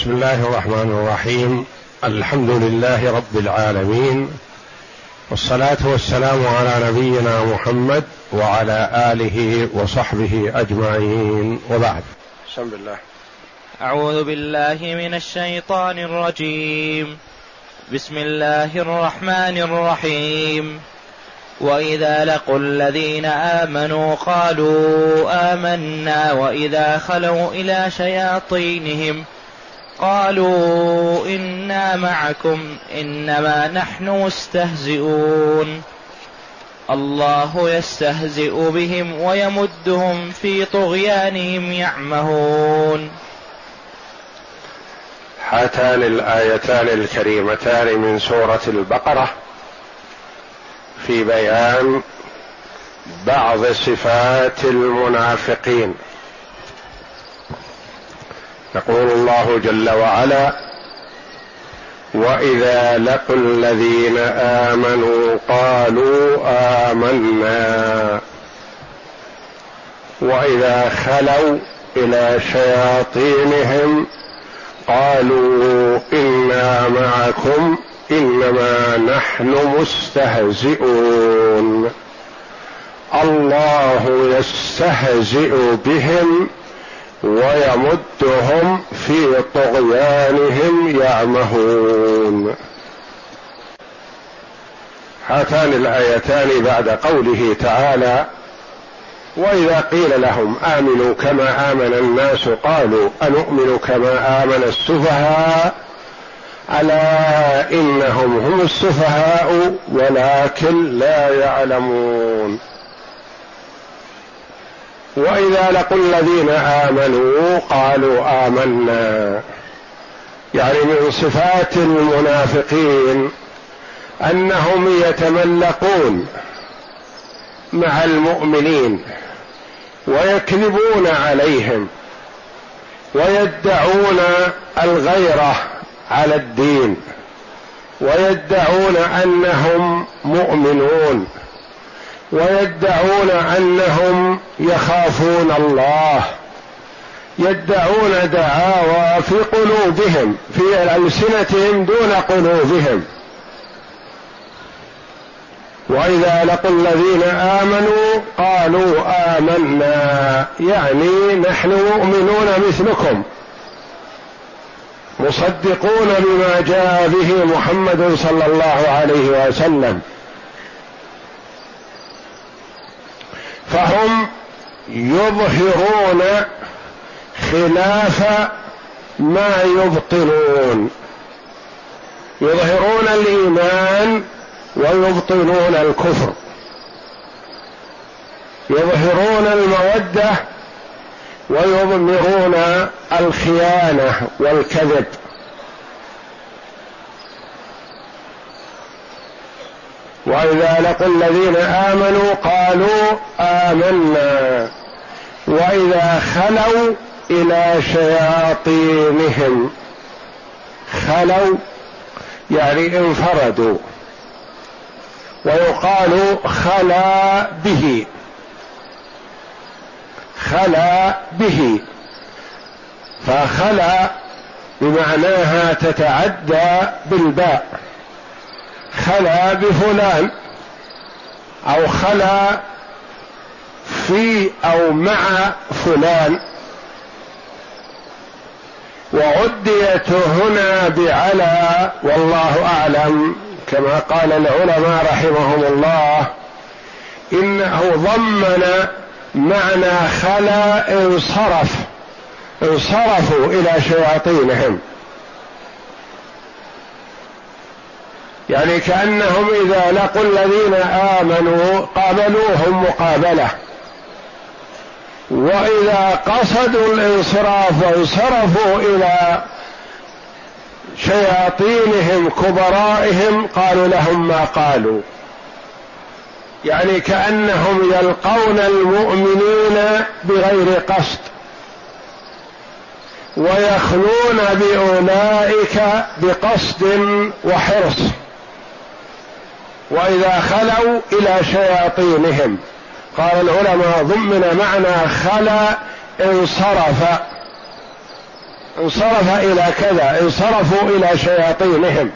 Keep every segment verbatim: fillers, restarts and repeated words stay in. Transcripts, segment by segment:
بسم الله الرحمن الرحيم. الحمد لله رب العالمين، والصلاة والسلام على نبينا محمد وعلى آله وصحبه أجمعين، وبعد. بسم الله. أعوذ بالله من الشيطان الرجيم. بسم الله الرحمن الرحيم. وإذا لقوا الذين آمنوا قالوا آمنا وإذا خلوا إلى شياطينهم قالوا إنا معكم إنما نحن مستهزئون الله يستهزئ بهم ويمدهم في طغيانهم يعمهون. هاتان الآيتان الكريمتان من سورة البقرة في بيان بعض صفات المنافقين. يقول الله جل وعلا: وإذا لقوا الذين آمنوا قالوا آمنا وإذا خلوا إلى شياطينهم قالوا إنا معكم إنما نحن مستهزئون الله يستهزئ بهم ويمدهم في طغيانهم يعمهون. هاتان الآيتان بعد قوله تعالى: وإذا قيل لهم آمنوا كما آمن الناس قالوا أنؤمن كما آمن السفهاء ألا إنهم هم السفهاء ولكن لا يعلمون. وإذا لقوا الذين آمنوا قالوا آمنا، يعني من صفات المنافقين أنهم يتملقون مع المؤمنين ويكذبون عليهم ويدعون الغيرة على الدين ويدعون أنهم مؤمنون ويدعون أنهم يخافون الله، يدعون دعاوى في قلوبهم في ألسنتهم دون قلوبهم. وإذا لقوا الذين آمنوا قالوا آمنا، يعني نحن مؤمنون مثلكم مصدقون بما جاء به محمد صلى الله عليه وسلم، فهم يظهرون خلاف ما يبطنون، يظهرون الإيمان ويبطنون الكفر، يظهرون المودة ويضمرون الخيانة والكذب. وإذا لقوا الذين آمنوا قالوا آمنا وإذا خلوا إلى شياطينهم، خلوا يعني انفردوا، ويقال خلا به، خلا به، فخلا بمعناها تتعدى بالباء، خلا بفلان أو خلا في أو مع فلان، وعديت هنا بعلى والله أعلم، كما قال العلماء رحمهم الله إنه ضمن معنى خلا انصرف، انصرفوا إلى شياطينهم، يعني كأنهم إذا لقوا الذين آمنوا قابلوهم مقابلة، وإذا قصدوا الانصراف وانصرفوا إلى شياطينهم كبرائهم قالوا لهم ما قالوا، يعني كأنهم يلقون المؤمنين بغير قصد ويخلون بأولئك بقصد وحرص. وإذا خلوا إلى شياطينهم، قال العلماء ضمن معنى خلا انصرف، انصرف إلى كذا، انصرفوا إلى شياطينهم،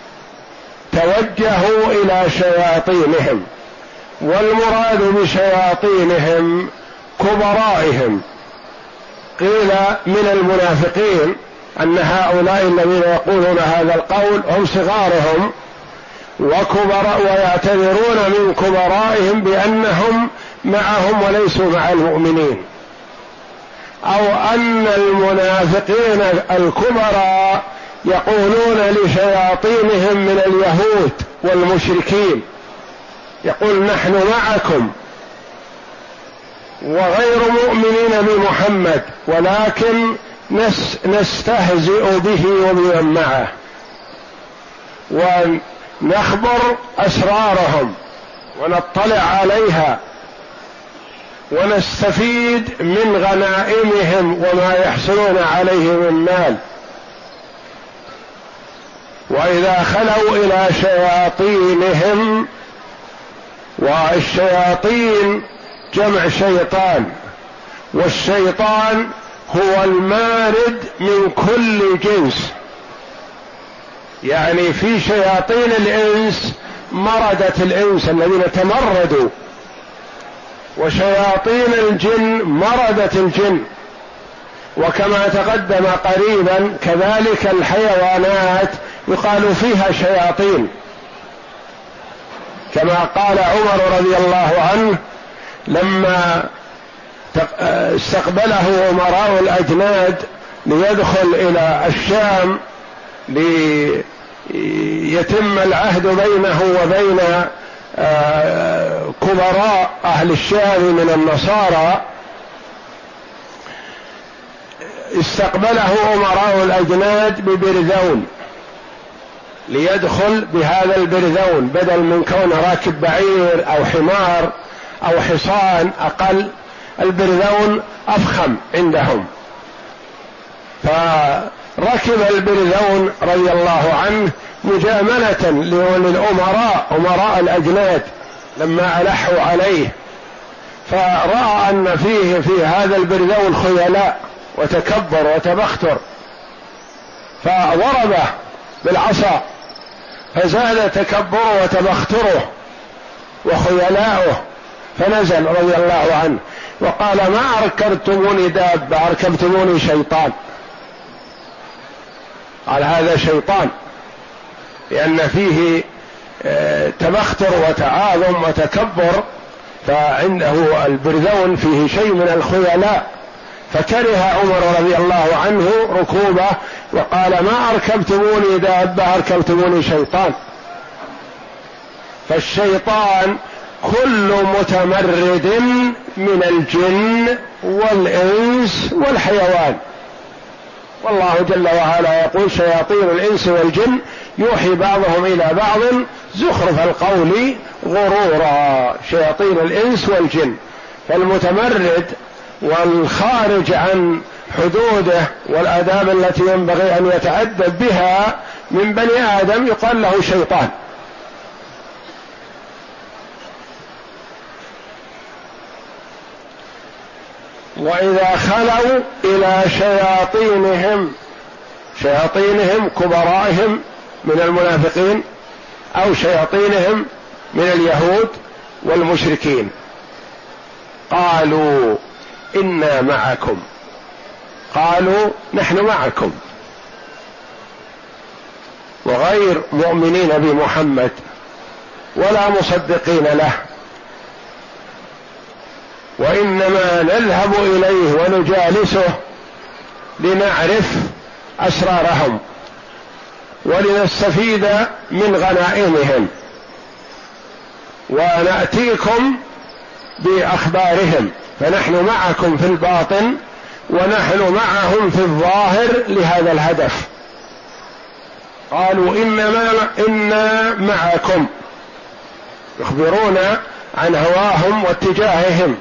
توجهوا إلى شياطينهم. والمراد بشياطينهم كبرائهم. قيل من المنافقين أن هؤلاء الذين يقولون هذا القول هم صغارهم وكبراء، ويعتذرون من كبرائهم بأنهم معهم وليسوا مع المؤمنين، أو أن المنافقين الكبراء يقولون لشياطينهم من اليهود والمشركين، يقول نحن معكم وغير مؤمنين بمحمد، ولكن نستهزئ به وبمن معه ونخبر أسرارهم ونطلع عليها ونستفيد من غنائمهم وما يحصلون عليه من مال. وإذا خلوا إلى شياطينهم، والشياطين جمع شيطان، والشيطان هو المارد من كل جنس، يعني في شياطين الإنس مردة الإنس الذين تمردوا، وشياطين الجن مردة الجن، وكما تقدم قريبا كذلك الحيوانات يقال فيها شياطين، كما قال عمر رضي الله عنه لما استقبله أمراء الأجناد ليدخل إلى الشام ليتم العهد بينه وبين كبراء أهل الشام من النصارى، استقبله أمراء الأجناد ببرذون ليدخل بهذا البرذون، بدل من كون راكب بعير أو حمار أو حصان أقل، البرذون أفخم عندهم، فركب البرذون رضي الله عنه مجاملة للأمراء أمراء الأجناد لما ألحوا عليه، فرأى أن فيه في هذا البرذون خيلاء وتكبر وتبختر، فضربه بالعصا فزاد تكبره وتبختره وخيلاؤه، فنزل رضي الله عنه وقال ما أركبتموني دابة، أركبتموني شيطان. قال هذا شيطان، لأن فيه تبختر وتعاظم وتكبر، فعنده البرذون فيه شيء من الخيلاء، فكره عمر رضي الله عنه ركوبه وقال ما أركبتموني دابة، أركبتموني شيطان. فالشيطان كل متمرد من الجن والإنس والحيوان، والله جل وعلا يقول شياطين الإنس والجن يوحي بعضهم إلى بعض زخرف القول غرورا، شياطين الإنس والجن. فالمتمرد والخارج عن حدوده والآداب التي ينبغي أن يتأدب بها من بني آدم يقال له شيطان. وإذا خلوا إلى شياطينهم، شياطينهم كبرائهم من المنافقين أو شياطينهم من اليهود والمشركين، قالوا إنا معكم، قالوا نحن معكم، وغير مؤمنين بمحمد ولا مصدقين له، وإنما نذهب إليه ونجالسه لنعرف أسرارهم ولنستفيد من غنائمهم ونأتيكم بأخبارهم، فنحن معكم في الباطن ونحن معهم في الظاهر لهذا الهدف. قالوا إنما إنا معكم، يخبرون عن هواهم واتجاههم.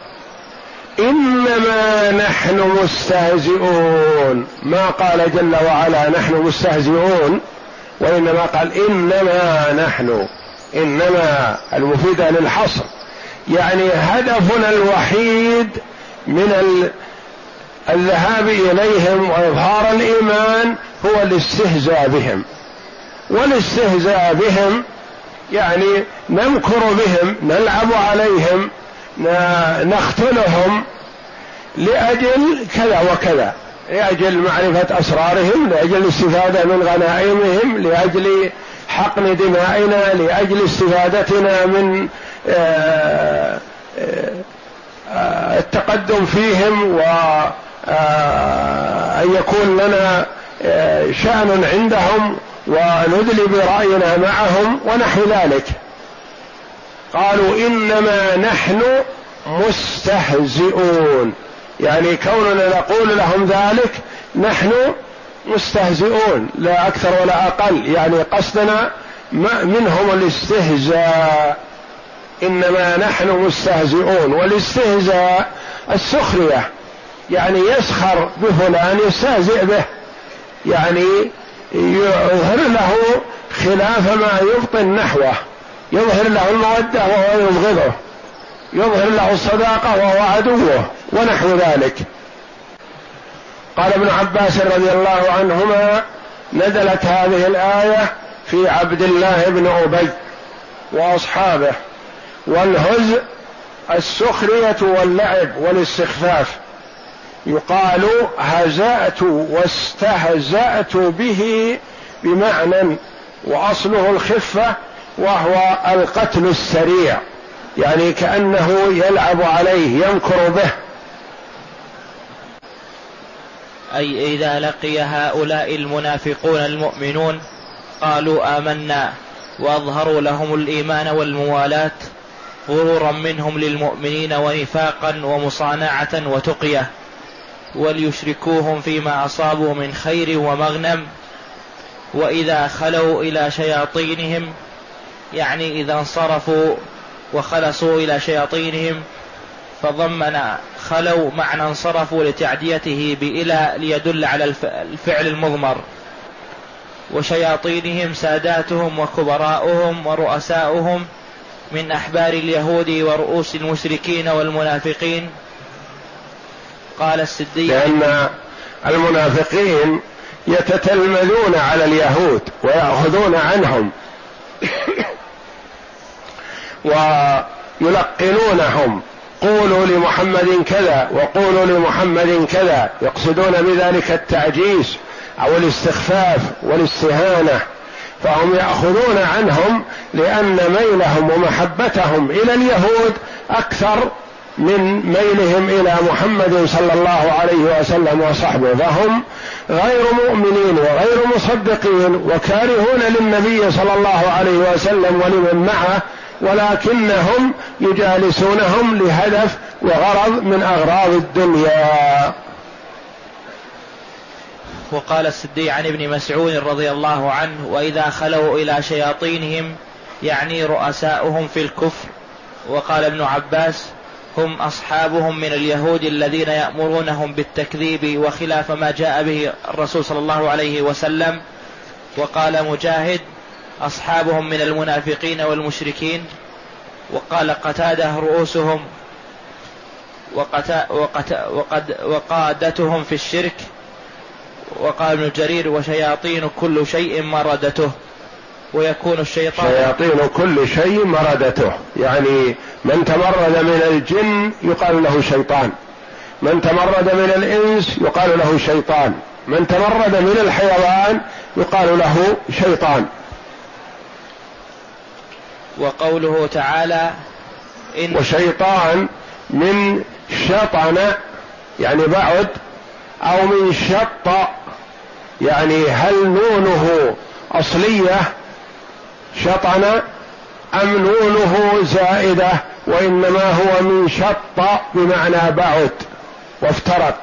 إنما نحن مستهزئون، ما قال جل وعلا نحن مستهزئون، وإنما قال إنما نحن، إنما المفيدة للحصر، يعني هدفنا الوحيد من الذهاب إليهم وإظهار الإيمان هو الاستهزاء بهم. والاستهزاء بهم يعني نمكر بهم، نلعب عليهم، نختلهم لأجل كذا وكذا، لأجل معرفة أسرارهم، لأجل الاستفادة من غنائمهم، لأجل حقن دمائنا، لأجل استفادتنا من التقدم فيهم، وأن يكون لنا شأن عندهم وندلي برأينا معهم ونحو ذلك. قالوا إنما نحن مستهزئون، يعني كوننا نقول لهم ذلك نحن مستهزئون لا أكثر ولا أقل، يعني قصدنا منهم الاستهزاء. إنما نحن مستهزئون، والاستهزاء السخرية، يعني يسخر بفلان، يستهزئ به، يعني يظهر له خلاف ما يبطن نحوه، يظهر له المودة وهو يبغضه، يظهر له الصداقة وهو عدوه ونحو ذلك. قال ابن عباس رضي الله عنهما: نزلت هذه الآية في عبد الله بن أبي وأصحابه. والهزء السخرية واللعب والاستخفاف، يقال هزأت واستهزأت به بمعنى، وأصله الخفة وهو القتل السريع، يعني كأنه يلعب عليه يمكر به. أي إذا لقي هؤلاء المنافقون المؤمنون قالوا آمنا وأظهروا لهم الإيمان والموالاة غرورا منهم للمؤمنين ونفاقا ومصانعة وتقية، وليشركوهم فيما أصابوا من خير ومغنم. وإذا خلوا إلى شياطينهم، يعني إذا انصرفوا وخلصوا إلى شياطينهم، فضمن خلوا معنى انصرفوا لتعديته بإلى ليدل على الفعل المضمر. وشياطينهم ساداتهم وكبراؤهم ورؤساؤهم من أحبار اليهود ورؤوس المشركين والمنافقين. قال السدي: لأن المنافقين يتتلمذون على اليهود ويأخذون عنهم ويلقنونهم: قولوا لمحمد كذا وقولوا لمحمد كذا، يقصدون بذلك التعجيز أو الاستخفاف والاستهانة. فهم يأخذون عنهم لأن ميلهم ومحبتهم إلى اليهود أكثر من ميلهم إلى محمد صلى الله عليه وسلم وصحبه، فهم غير مؤمنين وغير مصدقين وكارهون للنبي صلى الله عليه وسلم ولمن معه، ولكنهم يجالسونهم لهدف وغرض من أغراض الدنيا. وقال السدي عن ابن مسعود رضي الله عنه: وإذا خلوا إلى شياطينهم يعني رؤساؤهم في الكفر. وقال ابن عباس: هم أصحابهم من اليهود الذين يأمرونهم بالتكذيب وخلاف ما جاء به الرسول صلى الله عليه وسلم. وقال مجاهد: أصحابهم من المنافقين والمشركين. وقال قتادة: رؤوسهم وقد وقادتهم في الشرك. وقال ابن جرير: وشياطين كل شيء مردته. ويكون الشيطان شياطين كل شيء مردته، يعني من تمرد من الجن يقال له شيطان، من تمرد من الإنس يقال له شيطان، من تمرد من الحيوان يقال له شيطان. وقوله تعالى: إن وشيطان من شطن يعني بعد، أو من شط يعني هل نونه أصلية شطن أم نونه زائدة، وإنما هو من شط بمعنى بعد وافترق،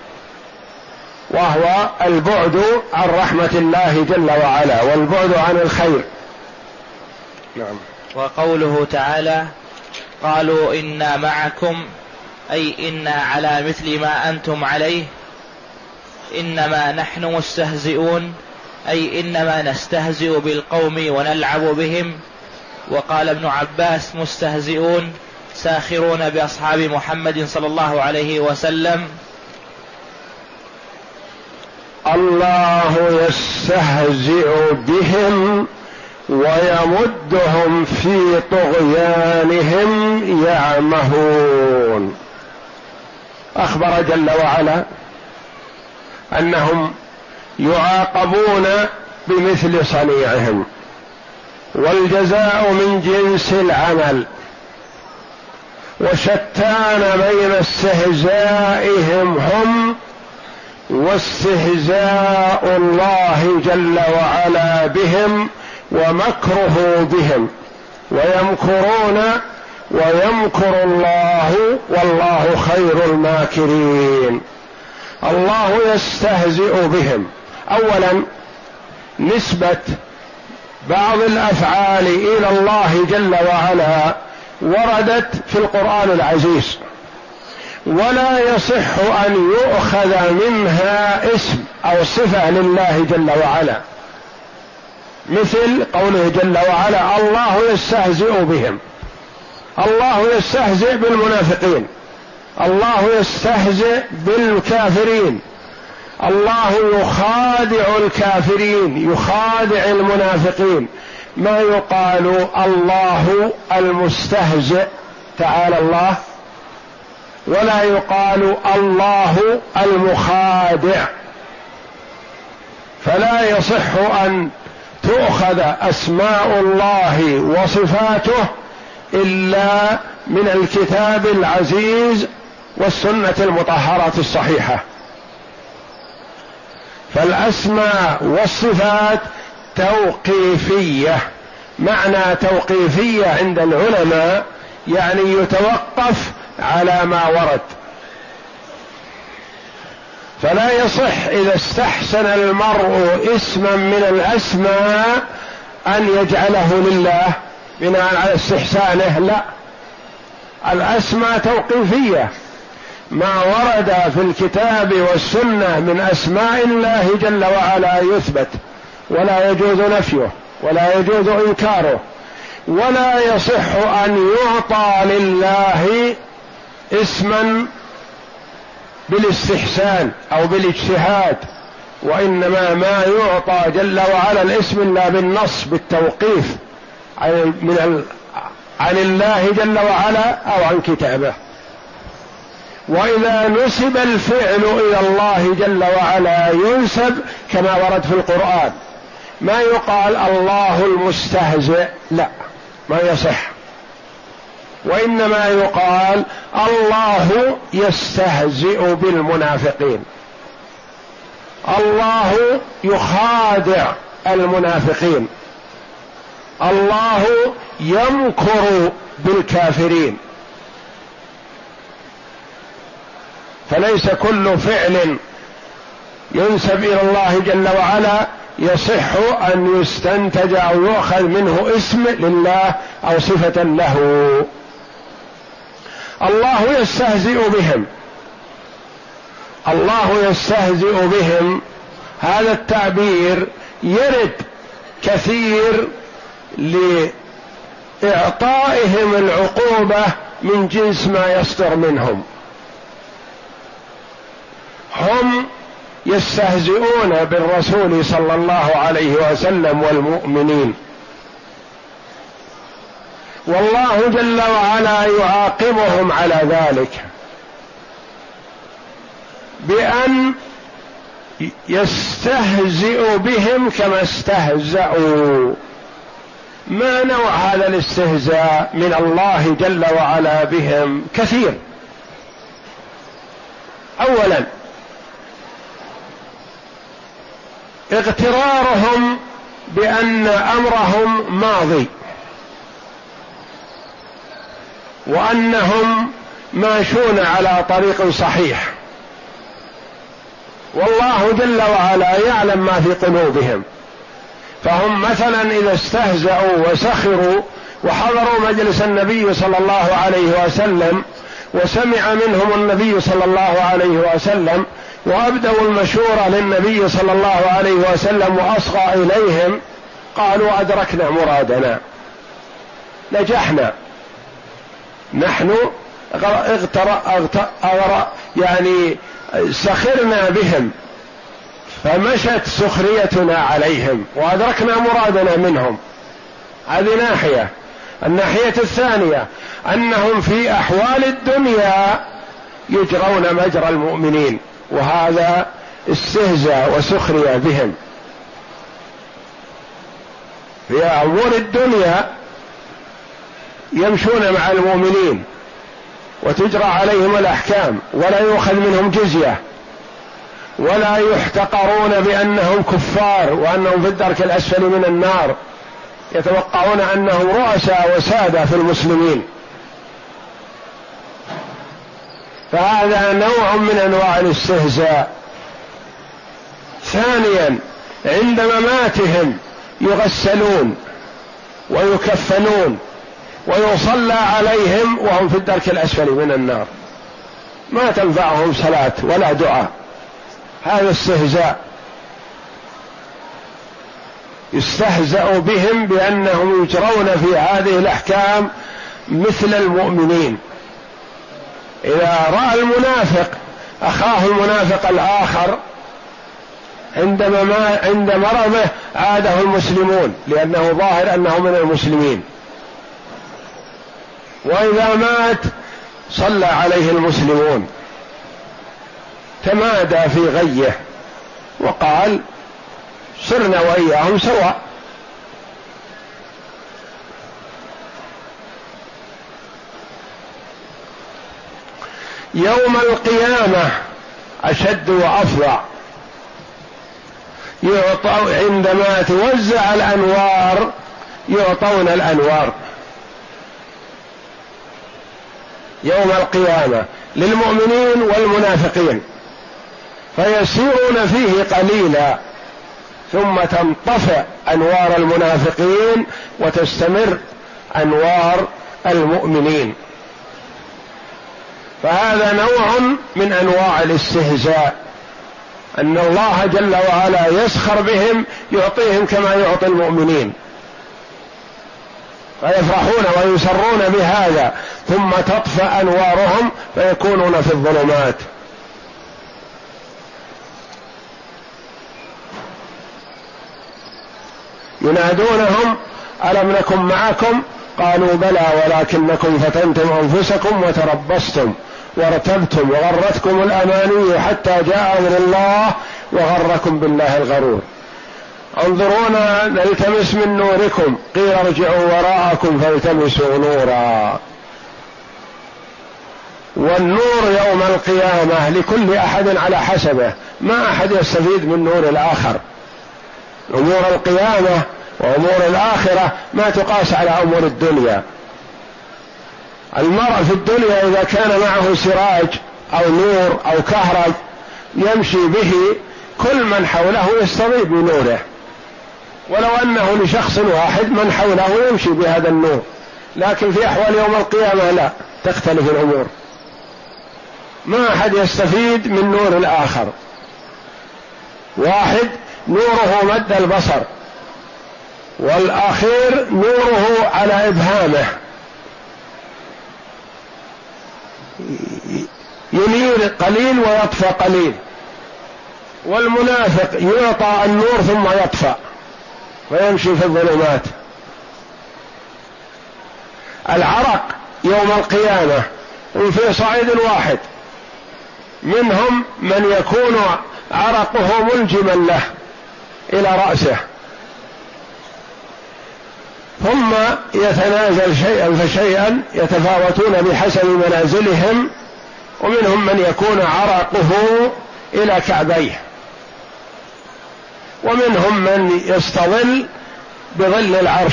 وهو البعد عن رحمة الله جل وعلا والبعد عن الخير. نعم. وقوله تعالى: قالوا إنا معكم، أي إنا على مثل ما أنتم عليه، إنما نحن مستهزئون، أي إنما نستهزئ بالقوم ونلعب بهم. وقال ابن عباس: مستهزئون ساخرون بأصحاب محمد صلى الله عليه وسلم. الله يستهزئ بهم ويمدهم في طغيانهم يعمهون. أخبر جل وعلا أنهم يعاقبون بمثل صنيعهم، والجزاء من جنس العمل، وشتان بين استهزائهم هم واستهزاء الله جل وعلا بهم ومكره بهم، ويمكرون ويمكر الله والله خير الماكرين. الله يستهزئ بهم. أولا نسبة بعض الأفعال إلى الله جل وعلا وردت في القرآن العزيز، ولا يصح أن يؤخذ منها اسم أو صفة لله جل وعلا، مثل قوله جل وعلا الله يستهزئ بهم. الله يستهزئ بالمنافقين، الله يستهزئ بالكافرين، الله يخادع الكافرين، يخادع المنافقين. ما يقال الله المستهزئ تعالى الله، ولا يقال الله المخادع. فلا يصح أن تؤخذ أسماء الله وصفاته إلا من الكتاب العزيز والسنة المطهرة الصحيحة. فالأسماء والصفات توقيفية. معنى توقيفية عند العلماء يعني يتوقف على ما ورد، فلا يصح إذا استحسن المرء اسما من الأسماء أن يجعله لله بناء على استحسانه، لا، الأسماء توقيفية. ما ورد في الكتاب والسنة من أسماء الله جل وعلا يثبت، ولا يجوز نفيه ولا يجوز إنكاره. ولا يصح أن يعطى لله اسما بالاستحسان أو بالاجتهاد، وإنما ما يعطى جل وعلا الاسم إلا بالنص بالتوقيف عن, من ال... عن الله جل وعلا أو عن كتابه. وإذا نسب الفعل إلى الله جل وعلا ينسب كما ورد في القرآن، ما يقال الله المستهزئ، لا، ما يصح، وإنما يقال الله يستهزئ بالمنافقين، الله يخادع المنافقين، الله يمكر بالكافرين. فليس كل فعل ينسب إلى الله جل وعلا يصح أن يستنتج أو يؤخذ منه اسم لله أو صفة له. الله يستهزئ بهم، الله يستهزئ بهم، هذا التعبير يرد كثير لإعطائهم العقوبة من جنس ما يصدر منهم. هم يستهزئون بالرسول صلى الله عليه وسلم والمؤمنين، والله جل وعلا يعاقبهم على ذلك بأن يستهزئ بهم كما استهزأوا. ما نوع هذا الاستهزاء من الله جل وعلا بهم؟ كثير. أولا اغترارهم بأن أمرهم ماضي، وأنهم ماشون على طريق صحيح، والله جل وعلا يعلم ما في قلوبهم. فهم مثلا إذا استهزأوا وسخروا وحضروا مجلس النبي صلى الله عليه وسلم وسمع منهم النبي صلى الله عليه وسلم وأبدوا المشورة للنبي صلى الله عليه وسلم وأصغى إليهم، قالوا أدركنا مرادنا، نجحنا، نحن اغتر اغتر يعني سخرنا بهم فمشت سخريتنا عليهم وأدركنا مرادنا منهم. هذه ناحية. الناحية الثانية أنهم في أحوال الدنيا يجرون مجرى المؤمنين، وهذا استهزاء وسخرية بهم. في أمور الدنيا يمشون مع المؤمنين وتجرى عليهم الأحكام ولا يؤخذ منهم جزية، ولا يحتقرون بأنهم كفار وأنهم في الدرك الأسفل من النار، يتوقعون أنهم رؤساء وسادة في المسلمين. فهذا نوع من أنواع الاستهزاء. ثانيا عند مماتهم يغسلون ويكفنون ويصلى عليهم وهم في الدرك الأسفل من النار، ما تنفعهم صلاة ولا دعاء. هذا استهزاء، يستهزأ بهم بأنهم يجرون في هذه الأحكام مثل المؤمنين. إذا رأى المنافق أخاه المنافق الآخر عندما ما عند مرضه عاده المسلمون لأنه ظاهر أنه من المسلمين، وإذا مات صلى عليه المسلمون، تمادى في غيه وقال صرنا وإياهم سواء. يوم القيامة أشد وأفظع، يعطوا عندما توزع الأنوار يعطون الأنوار يوم القيامة للمؤمنين والمنافقين، فيسيرون فيه قليلا ثم تنطفئ أنوار المنافقين وتستمر أنوار المؤمنين. فهذا نوع من أنواع الاستهزاء، أن الله جل وعلا يسخر بهم يعطيهم كما يعطي المؤمنين، فيفرحون ويسرون بهذا، ثم تطفأ أنوارهم فيكونون في الظلمات. ينادونهم ألم نكن معكم قالوا بلى ولكنكم فتنتم أنفسكم وتربصتم وارتبتم وغرتكم الأماني حتى جاء أمر الله وغركم بالله الغرور. انظرونا نلتمس من نوركم قيل ارجعوا وراءكم فالتمسوا نورا. والنور يوم القيامة لكل أحد على حسبه، ما أحد يستفيد من نور الآخر. أمور القيامة وأمور الآخرة ما تقاس على أمور الدنيا. المرء في الدنيا إذا كان معه سراج أو نور أو كهرب يمشي به، كل من حوله يستضيء بنوره، ولو أنه لشخص واحد من حوله يمشي بهذا النور. لكن في أحوال يوم القيامة لا، تختلف الأمور، ما أحد يستفيد من نور الآخر. واحد نوره مد البصر، والأخير نوره على إبهامه، ينير قليل ويطفى قليل. والمنافق يعطى النور ثم يطفى ويمشي في الظلمات. العرق يوم القيامة هم في صعيد واحد، منهم من يكون عرقه ملجما له إلى رأسه، ثم يتنازل شيئا فشيئا يتفاوتون بحسب منازلهم، ومنهم من يكون عرقه إلى كعبيه، ومنهم من يستظل بظل العرش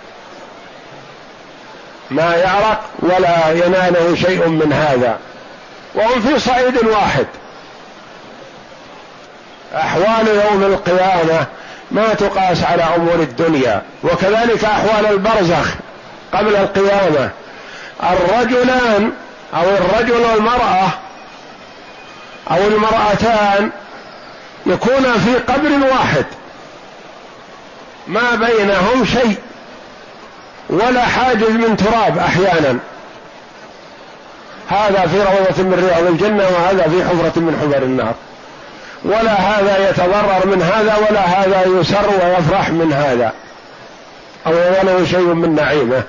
ما يعرق ولا يناله شيء من هذا، وهم في صعيد واحد. أحوال يوم القيامة ما تقاس على أمور الدنيا، وكذلك أحوال البرزخ قبل القيامة. الرجلان أو الرجل والمرأة أو المرأتان يكون في قبر واحد ما بينهم شيء ولا حاجز من تراب، أحيانا هذا في روضة من رياض الجنة وهذا في حفرة من حفر النار، ولا هذا يتضرر من هذا ولا هذا يسر ويفرح من هذا أو ينال شيء من نعيمه.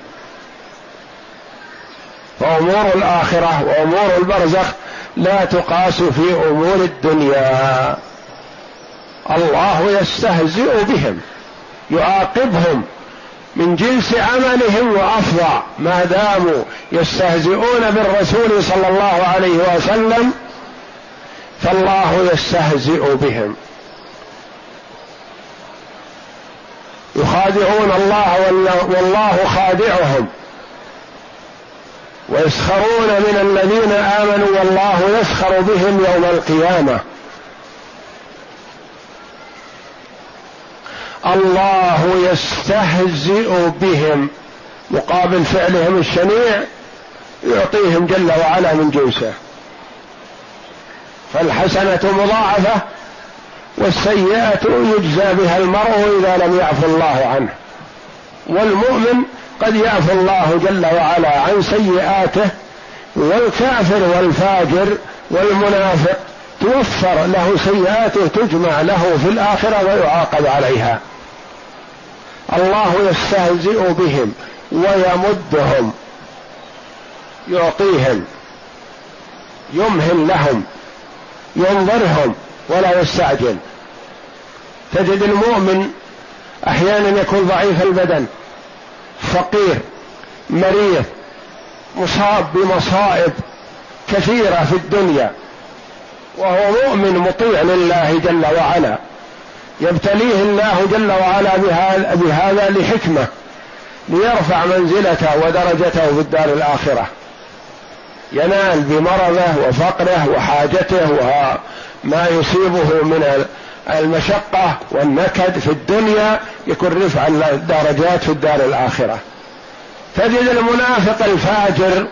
فأمور الآخرة وأمور البرزخ لا تقاس في أمور الدنيا. الله يستهزئ بهم يعاقبهم من جنس عملهم وأفظع ما داموا يستهزئون بالرسول صلى الله عليه وسلم، فالله يستهزئ بهم. يخادعون الله والله خادعهم، ويسخرون من الذين آمنوا والله يسخر بهم يوم القيامة. الله يستهزئ بهم مقابل فعلهم الشنيع يعطيهم جل وعلا من جنسه، فالحسنة مضاعفة والسيئة يجزى بها المرء إذا لم يعفو الله عنه. والمؤمن قد يعفو الله جل وعلا عن سيئاته، والكافر والفاجر والمنافق توفر له سيئاته تجمع له في الآخرة ويعاقب عليها. الله يستهزئ بهم ويمدهم، يعطيهم، يمهل لهم، ينظرهم ولا يستعجل. تجد المؤمن أحيانا يكون ضعيف البدن، فقير، مريض، مصاب بمصائب كثيرة في الدنيا، وهو مؤمن مطيع لله جل وعلا، يبتليه الله جل وعلا بهذا لحكمة، ليرفع منزلته ودرجته في الدار الآخرة، ينال بمرضه وفقره وحاجته وما يصيبه من المشقة والنكد في الدنيا، يكون رفع الدرجات في الدار الآخرة. تجد المنافق الفاجر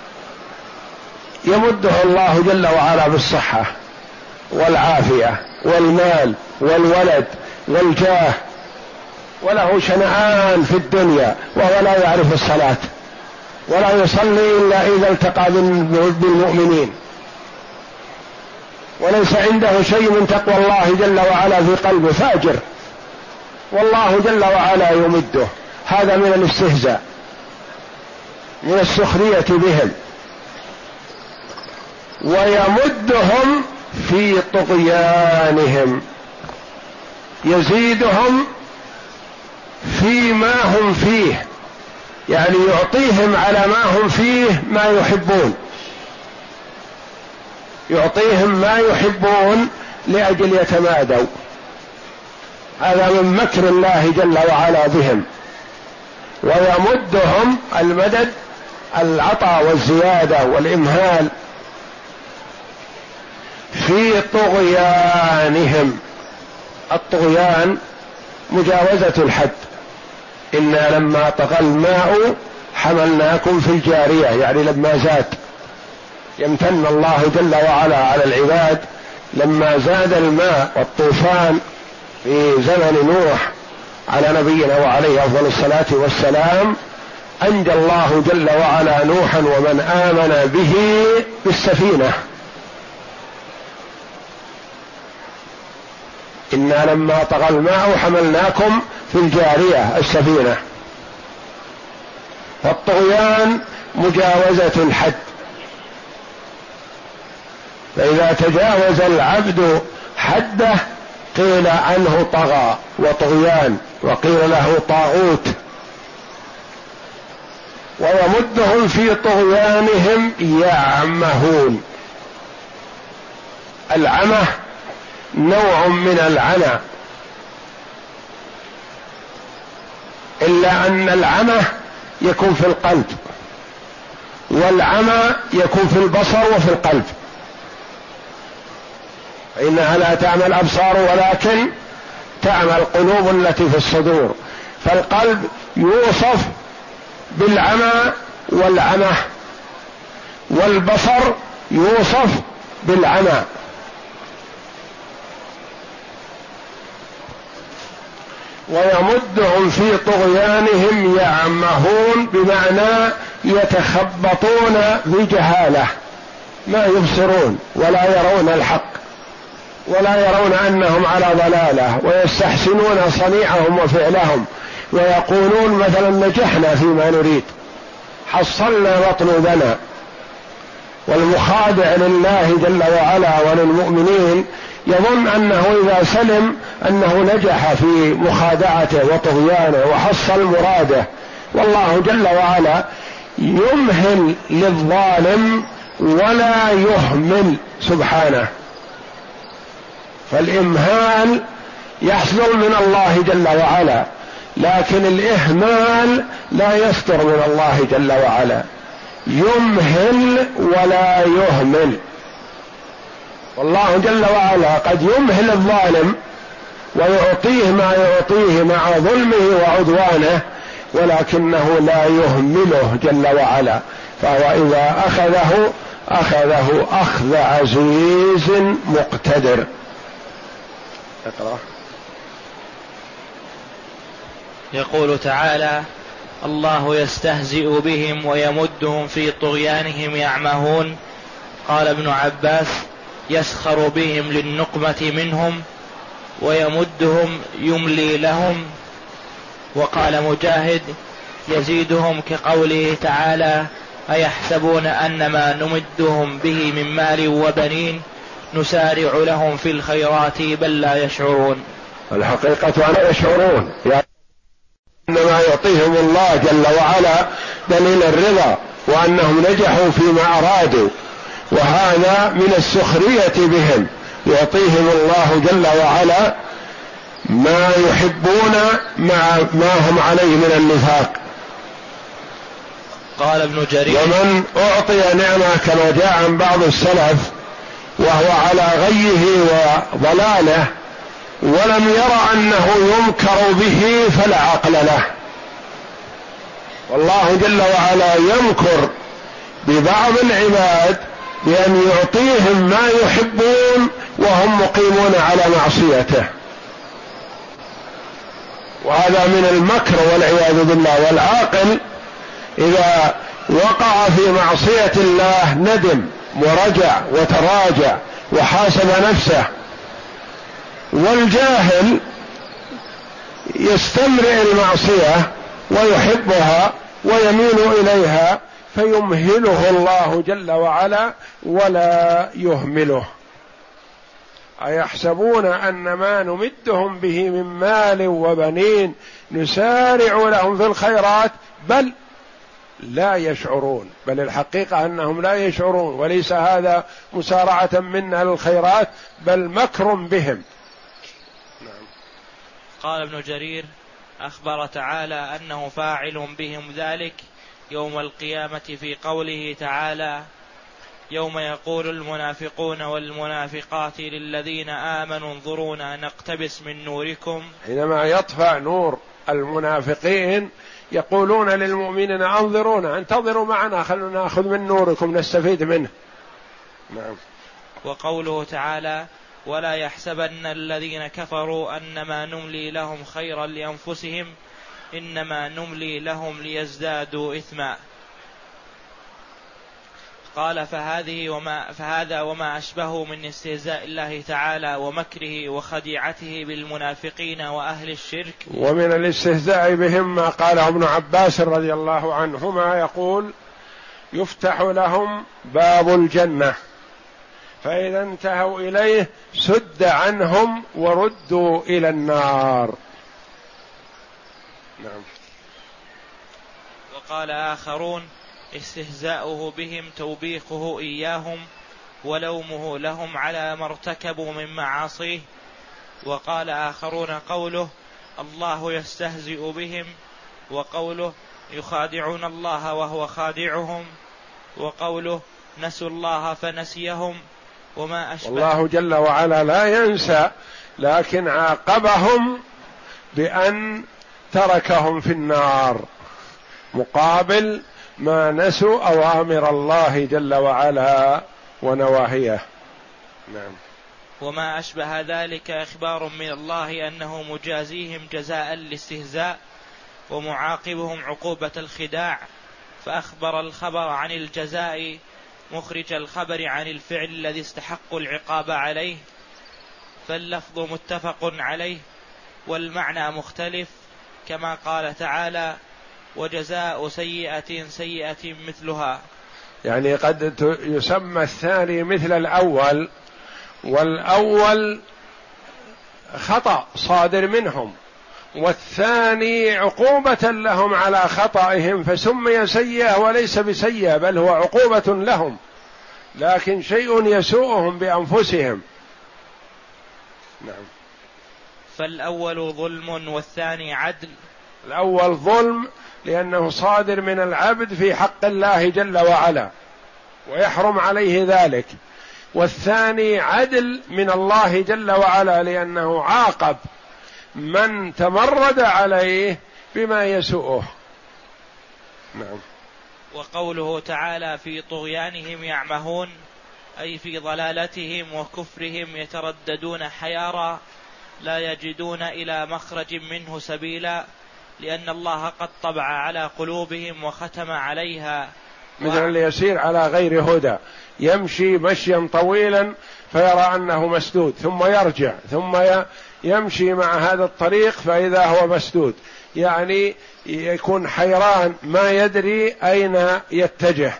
يمده الله جل وعلا بالصحة والعافية والمال والولد والجاه، وله شنعان في الدنيا وهو لا يعرف الصلاة ولا يصلي إلا إذا التقى بالمؤمنين، وليس عنده شيء من تقوى الله جل وعلا في قلبه، فاجر، والله جل وعلا يمده. هذا من الاستهزاء، من السخرية بهم. ويمدهم في طغيانهم، يزيدهم فيما هم فيه، يعني يعطيهم على ما هم فيه ما يحبون، يعطيهم ما يحبون لأجل يتمادوا. هذا من مكر الله جل وعلا بهم. ويمدهم، المدد العطاء والزيادة والإمهال، في طغيانهم. الطغيان مجاوزة الحد. إنا لما طغى الماء حملناكم في الجارية، يعني لما زاد. يمتن الله جل وعلا على العباد لما زاد الماء والطوفان في زمن نوح على نبينا وعليه أفضل الصلاة والسلام، أنجى الله جل وعلا نوحا ومن آمن به بالسفينة. إنا لما طغى الماء حملناكم في الجارية، السفينة. فالطغيان مجاوزة الحد، فإذا تجاوز العبد حده قيل عنه طغى وطغيان، وقيل له طاغوت. ويمدهم في طغيانهم يعمهون. العمه نوع من العمى، إلا أن العمى يكون في القلب، والعمى يكون في البصر وفي القلب. إنها لا تعمى الأبصار ولكن تعمى القلوب التي في الصدور. فالقلب يوصف بالعمى والعمى، والبصر يوصف بالعمى. ويمدهم في طغيانهم يعمهون، بمعنى يتخبطون بجهالة، ما يبصرون ولا يرون الحق ولا يرون أنهم على ضلالة ويستحسنون صنيعهم وفعلهم ويقولون مثلا نجحنا فيما نريد، حصلنا مطلوبنا. والمخادع لله جل وعلا وللمؤمنين يظن أنه إذا سلم أنه نجح في مخادعته وطغيانه وحصل مراده، والله جل وعلا يمهل للظالم ولا يهمل سبحانه. فالإمهال يحصل من الله جل وعلا، لكن الإهمال لا يصدر من الله جل وعلا، يمهل ولا يهمل. والله جل وعلا قد يمهل الظالم ويعطيه ما يعطيه مع ظلمه وعدوانه، ولكنه لا يهمله جل وعلا، فهو إذا أخذه أخذه أخذ عزيز مقتدر. اقرأ. يقول تعالى: الله يستهزئ بهم ويمدهم في طغيانهم يعمهون. قال ابن عباس: يسخر بهم للنقمة منهم، ويمدهم يملي لهم. وقال مجاهد: يزيدهم كقوله تعالى: أيحسبون أن ما نمدهم به من مال وبنين نسارع لهم في الخيرات بل لا يشعرون. الحقيقة لا يشعرون، يعني إنما يعطيهم الله جل وعلا دليل الرضا وأنهم نجحوا فيما أرادوا، وهذا من السخرية بهم. يعطيهم الله جل وعلا ما يحبون مع ما هم عليه من النفاق. قال ابن جرير: ومن أعطي نعمة كما جاء عن بعض السلف وهو على غيه وضلاله ولم ير أنه يمكر به فلا عقل له. والله جل وعلا يمكر ببعض العباد بأن يعطيهم ما يحبون وهم مقيمون على معصيته، وهذا من المكر والعياذ بالله. والعاقل إذا وقع في معصية الله ندم ورجع وتراجع وحاسب نفسه، والجاهل يستمرئ المعصية ويحبها ويميل إليها فيمهله الله جل وعلا ولا يهمله. أيحسبون أن ما نمدهم به من مال وبنين نسارع لهم في الخيرات بل لا يشعرون. بل الحقيقة أنهم لا يشعرون، وليس هذا مسارعة منا للخيرات بل مكر بهم. نعم. قال ابن جرير: أخبر تعالى أنه فاعل بهم ذلك يوم القيامة في قوله تعالى: يوم يقول المنافقون والمنافقات للذين آمنوا انظرونا نقتبس من نوركم. حينما يطفأ نور المنافقين يقولون للمؤمنين انظرونا، انتظروا معنا، خلونا نأخذ من نوركم نستفيد منه. نعم. وقوله تعالى: ولا يحسبن الذين كفروا أنما نملي لهم خيرا لأنفسهم إنما نملي لهم ليزدادوا إثما. قال: فهذه وما فهذا وما أشبهه من استهزاء الله تعالى ومكره وخديعته بالمنافقين وأهل الشرك. ومن الاستهزاء بهم ما قاله ابن عباس رضي الله عنهما، يقول: يفتح لهم باب الجنة فإذا انتهوا إليه سد عنهم وردوا إلى النار. نعم. وقال آخرون: استهزاؤه بهم توبيخه إياهم ولومه لهم على ما ارتكبوا من معاصيه. وقال آخرون: قوله الله يستهزئ بهم، وقوله يخادعون الله وهو خادعهم، وقوله نسوا الله فنسيهم. وما أشبه. الله جل وعلا لا ينسى، لكن عاقبهم بأن تركهم في النار مقابل ما نسوا أوامر الله جل وعلا ونواهيه. نعم. وما أشبه ذلك إخبار من الله أنه مجازيهم جزاء الاستهزاء ومعاقبهم عقوبة الخداع، فأخبر الخبر عن الجزاء مخرج الخبر عن الفعل الذي استحق العقاب عليه، فاللفظ متفق عليه والمعنى مختلف، كما قال تعالى: وجزاء سيئة سيئة مثلها. يعني قد يسمى الثاني مثل الأول، والأول خطأ صادر منهم، والثاني عقوبة لهم على خطئهم، فسمي سيئة وليس بسيئة، بل هو عقوبة لهم، لكن شيء يسوءهم بأنفسهم. نعم. فالأول ظلم والثاني عدل. الأول ظلم لأنه صادر من العبد في حق الله جل وعلا ويحرم عليه ذلك، والثاني عدل من الله جل وعلا لأنه عاقب من تمرد عليه بما يسوءه. نعم. وقوله تعالى: في طغيانهم يعمهون، أي في ضلالتهم وكفرهم يترددون حيارى لا يجدون إلى مخرج منه سبيلا، لأن الله قد طبع على قلوبهم وختم عليها. مثل اللي يسير على غير هدى، يمشي مشيا طويلا فيرى أنه مسدود، ثم يرجع، ثم يمشي مع هذا الطريق فإذا هو مسدود، يعني يكون حيران ما يدري أين يتجه.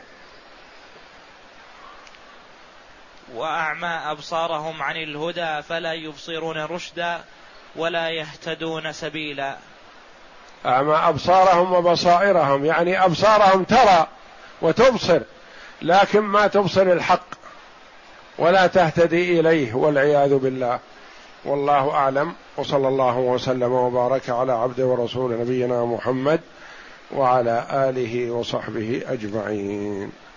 وأعمى أبصارهم عن الهدى فلا يبصرون رشدا ولا يهتدون سبيلا. أعمى أبصارهم وبصائرهم، يعني أبصارهم ترى وتبصر لكن ما تبصر الحق ولا تهتدي إليه، والعياذ بالله. والله أعلم، وصلى الله وسلم وبارك على عبده ورسول نبينا محمد وعلى آله وصحبه أجمعين.